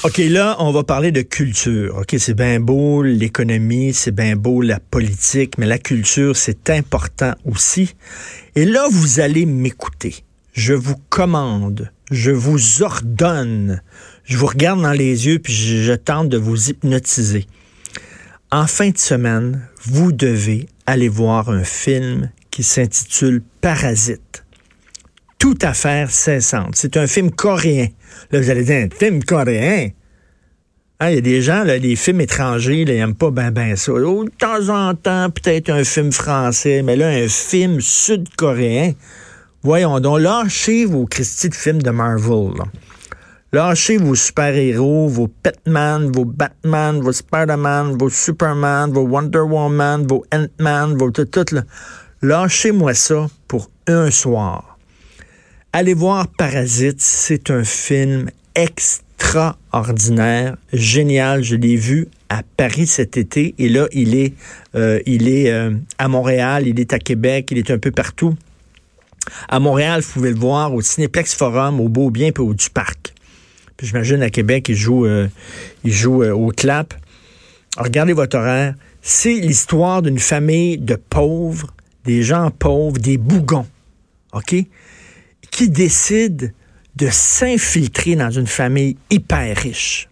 OK, là, on va parler de culture. OK, c'est bien beau l'économie, c'est bien beau la politique, mais la culture, c'est important aussi. Et là, vous allez m'écouter. Je vous commande, je vous ordonne, je vous regarde dans les yeux, puis je tente de vous hypnotiser. En fin de semaine, vous devez aller voir un film qui s'intitule Parasite. Toute affaire cessante. C'est un film coréen. Là, vous allez dire, un film coréen? Hein, il y a des gens, là, les films étrangers, là, ils n'aiment pas ben ça. Oh, de temps en temps, peut-être un film français, mais là, un film sud-coréen. Voyons donc, lâchez vos Christy de films de Marvel, là. Lâchez vos super-héros, vos Batman, vos Batman, vos Spider-Man, vos Superman, vos Wonder Woman, vos Ant-Man, vos tout, là. Lâchez-moi ça pour un soir. Allez voir Parasite, c'est un film extraordinaire, génial. Je l'ai vu à Paris cet été et là, il est à Montréal, il est à Québec, il est un peu partout. À Montréal, vous pouvez le voir au Cinéplex Forum, au Beaubien puis au Duparc. Puis j'imagine à Québec, il joue au Clap. Alors, regardez votre horaire. C'est l'histoire d'une famille de pauvres, des gens pauvres, des bougons, OK? Qui décident de s'infiltrer dans une famille hyper riche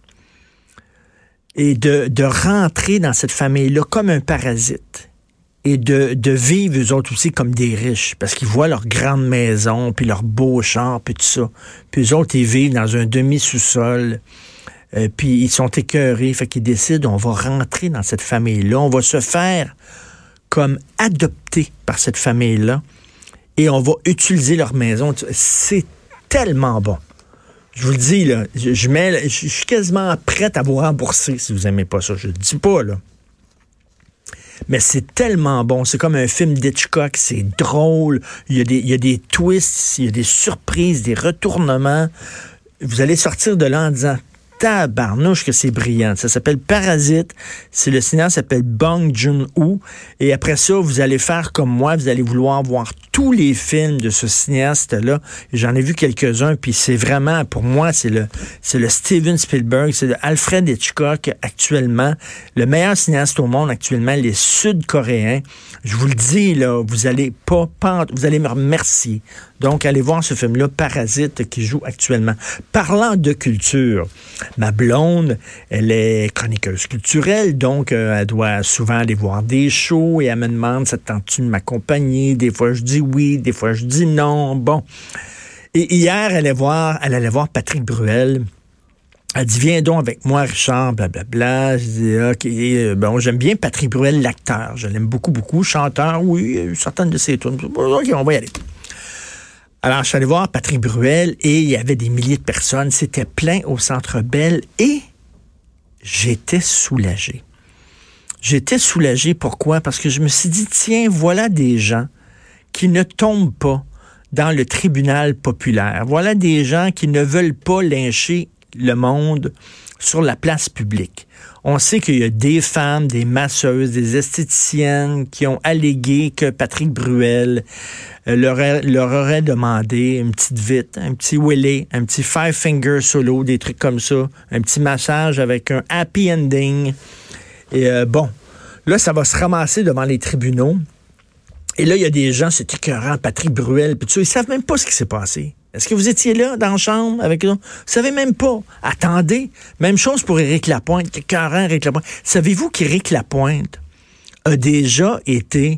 et de rentrer dans cette famille-là comme un parasite et de vivre eux autres aussi comme des riches parce qu'ils voient leur grande maison puis leur beau champ puis tout ça. Puis eux autres, ils vivent dans un demi-sous-sol puis ils sont écœurés. Fait qu'ils décident, on va rentrer dans cette famille-là. On va se faire comme adopter par cette famille-là et on va utiliser leur maison. C'est tellement bon. Je vous le dis, là, je suis quasiment prête à vous rembourser si vous n'aimez pas ça. Je le dis pas, là. Mais c'est tellement bon. C'est comme un film d'Hitchcock. C'est drôle. Il y a des twists, il y a des surprises, des retournements. Vous allez sortir de là en disant tabarnouche que c'est brillant. Ça s'appelle Parasite. Le cinéaste s'appelle Bong Joon-ho. Et après ça, vous allez faire comme moi. Vous allez vouloir voir tous les films de ce cinéaste-là. J'en ai vu quelques-uns. Puis c'est vraiment, pour moi, c'est le Steven Spielberg. C'est le Alfred Hitchcock actuellement. Le meilleur cinéaste au monde actuellement. Les Sud-Coréens. Je vous le dis, là, vous allez me remercier. Donc, allez voir ce film-là, Parasite, qui joue actuellement. Parlant de culture, ma blonde, elle est chroniqueuse culturelle, donc elle doit souvent aller voir des shows et elle me demande, ça te tente-tu de m'accompagner? Des fois, je dis oui, des fois, je dis non. Bon. Et hier, elle allait voir Patrick Bruel. Elle dit, viens donc avec moi, Richard, blablabla. Je dis, OK, bon, j'aime bien Patrick Bruel, l'acteur. Je l'aime beaucoup, beaucoup. Chanteur, oui, certaines de ses tunes. OK, on va y aller. Alors, je suis allé voir Patrick Bruel et il y avait des milliers de personnes. C'était plein au Centre Bell et j'étais soulagé. J'étais soulagé, pourquoi? Parce que je me suis dit, tiens, voilà des gens qui ne tombent pas dans le tribunal populaire. Voilà des gens qui ne veulent pas lyncher le monde sur la place publique. On sait qu'il y a des femmes, des masseuses, des esthéticiennes qui ont allégué que Patrick Bruel leur aurait demandé une petite vite, un petit wheelie, un petit five finger solo, des trucs comme ça, un petit massage avec un happy ending. Et bon, là, ça va se ramasser devant les tribunaux. Et là, il y a des gens, c'est écœurant, Patrick Bruel, puis tout ça, ils savent même pas ce qui s'est passé. Est-ce que vous étiez là, dans la chambre, avec eux? Vous savez même pas. Attendez. Même chose pour Éric Lapointe. Écœurant, Éric Lapointe. Savez-vous qu'Éric Lapointe a déjà été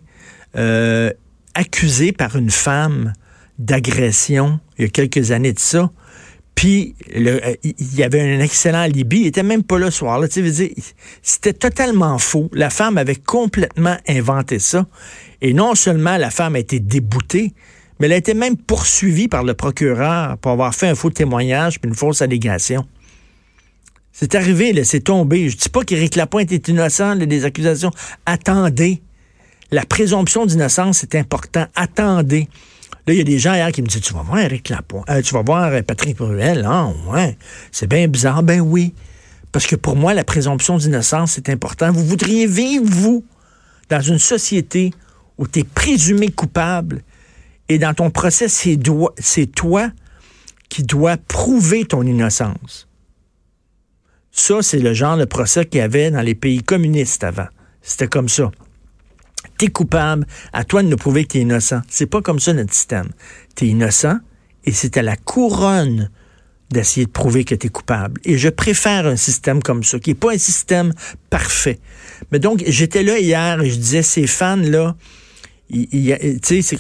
accusé par une femme d'agression il y a quelques années de ça? Puis, il y avait un excellent alibi. Il était même pas là ce soir-là. Tu sais, c'était totalement faux. La femme avait complètement inventé ça. Et non seulement la femme a été déboutée, mais elle a été même poursuivie par le procureur pour avoir fait un faux témoignage puis une fausse allégation. C'est arrivé, là, c'est tombé. Je dis pas qu'Éric Lapointe est innocent là, des accusations. Attendez. La présomption d'innocence, c'est important. Attendez. Là, il y a des gens hier qui me disent, tu vas voir Éric Lapointe, tu vas voir Patrick Bruel. Ah, ouais, c'est bien bizarre. Ben oui. Parce que pour moi, la présomption d'innocence, c'est important. Vous voudriez vivre, vous, dans une société où tu es présumé coupable et dans ton procès, c'est toi qui dois prouver ton innocence. Ça, c'est le genre de procès qu'il y avait dans les pays communistes avant. C'était comme ça. T'es coupable, à toi de nous prouver que t'es innocent. C'est pas comme ça notre système. T'es innocent et c'est à la couronne d'essayer de prouver que t'es coupable. Et je préfère un système comme ça, qui n'est pas un système parfait. Mais donc, j'étais là hier et je disais, ces fans-là, il y a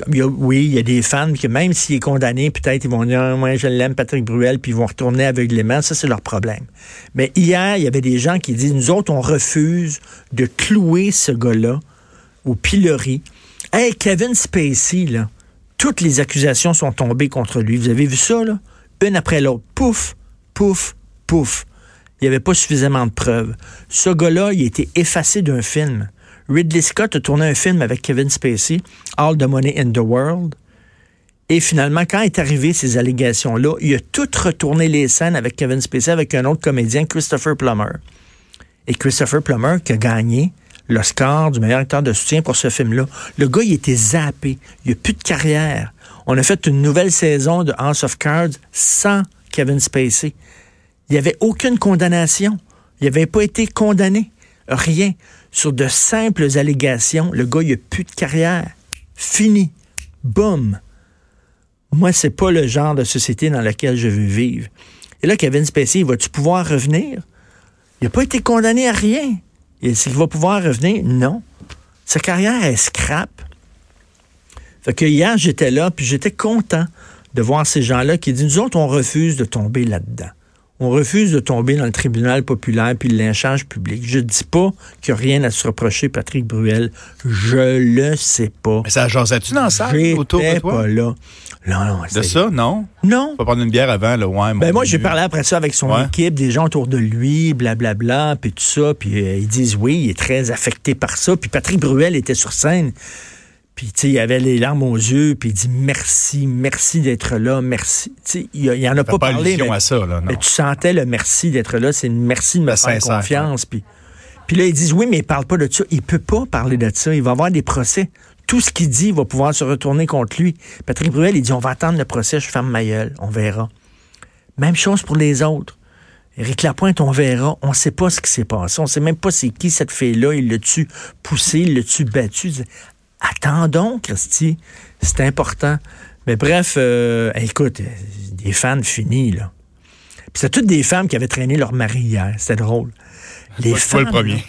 des fans que même s'il est condamné, peut-être ils vont dire « Moi, je l'aime, Patrick Bruel », puis ils vont retourner aveuglément. Ça, c'est leur problème. Mais hier, il y avait des gens qui disent « Nous autres, on refuse de clouer ce gars-là au pilori. » Hey, Kevin Spacey, là, toutes les accusations sont tombées contre lui. Vous avez vu ça, là? Une après l'autre. Pouf, pouf, pouf. Il n'y avait pas suffisamment de preuves. Ce gars-là, il a été effacé d'un film. Ridley Scott a tourné un film avec Kevin Spacey, All the Money in the World. Et finalement, quand est arrivé ces allégations-là, il a tout retourné les scènes avec Kevin Spacey, avec un autre comédien, Christopher Plummer. Et Christopher Plummer qui a gagné l'Oscar du meilleur acteur de soutien pour ce film-là. Le gars, il était zappé. Il n'a plus de carrière. On a fait une nouvelle saison de House of Cards sans Kevin Spacey. Il n'y avait aucune condamnation. Il n'avait pas été condamné. Rien. Sur de simples allégations, le gars, il n'a plus de carrière. Fini. Boum. Moi, c'est pas le genre de société dans laquelle je veux vivre. Et là, Kevin Spacey, va-tu pouvoir revenir? Il n'a pas été condamné à rien. Est-ce qu'il va pouvoir revenir? Non. Sa carrière est scrap. Fait que hier, j'étais là, puis j'étais content de voir ces gens-là qui disent, nous autres, on refuse de tomber là-dedans. On refuse de tomber dans le tribunal populaire puis le lynchage public. Je dis pas qu'il n'y a rien à se reprocher, Patrick Bruel. Je le sais pas. Mais ça jasait-tu dans la salle autour de toi? Pas là. Non. De ça, non? Non. On va prendre une bière avant, là, ouais. Moi, j'ai parlé après ça avec son équipe, des gens autour de lui, blablabla, puis tout ça, puis ils disent oui, il est très affecté par ça. Puis Patrick Bruel était sur scène. Puis, tu sais, il avait les larmes aux yeux, puis il dit merci d'être là, merci. Tu sais, il en a pas parlé. Mais, à ça, là, non. Mais tu sentais le merci d'être là, c'est une merci de me faire confiance. Puis là, ils disent oui, mais il parle pas de ça. Il peut pas parler de ça. Il va avoir des procès. Tout ce qu'il dit va pouvoir se retourner contre lui. Patrick Bruel, il dit on va attendre le procès, je ferme ma gueule, on verra. Même chose pour les autres. Éric Lapointe, on verra. On sait pas ce qui s'est passé. On sait même pas c'est qui cette fille-là. Il l'a-tu poussé, il l'a-tu battu? Attendons, Christy, c'est important. Mais bref, écoute, des fans finis, là. Puis c'est toutes des femmes qui avaient traîné leur mari hier. C'était drôle. Les femmes, pas le premier.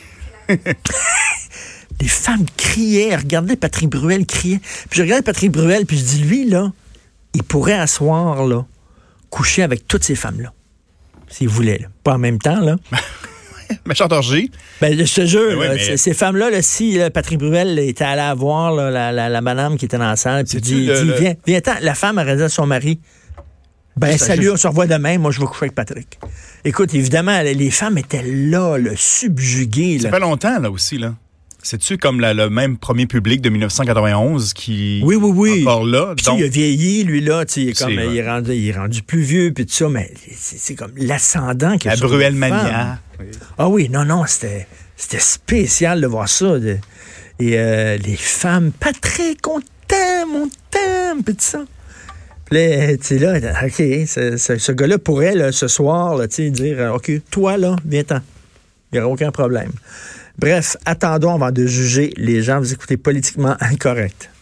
Les femmes criaient. Regardez, Patrick Bruel criait. Puis je regardais Patrick Bruel, puis je dis, lui, là, il pourrait asseoir, là, coucher avec toutes ces femmes-là. S'il voulait, là. Pas en même temps, là. Méchant orgie. Je te jure, oui, mais... ces femmes-là, là, si Patrick Bruel était allé à voir là, la madame qui était dans la salle, puis dit viens, la femme aurait dit à son mari, salut, on se revoit demain, moi je vais coucher avec Patrick. Écoute, évidemment, les femmes étaient là, subjuguées. Ça fait longtemps, là aussi, là. C'est-tu comme le même premier public de 1991 qui oui. encore là? Puis donc... il a vieilli, lui, là, il est rendu plus vieux, puis tout ça, mais c'est comme l'ascendant qu'il a sur Bruel Mania. Oui. Ah oui, non, c'était spécial de voir ça. Et les femmes, Patrick, on t'aime, puis tout ça. Puis là, tu sais, là, OK, ce gars-là pourrait, là, ce soir, là, dire, OK, toi, là, viens-t'en. Il n'y aura aucun problème. Bref, attendons avant de juger les gens. Vous écoutez Politiquement Incorrect.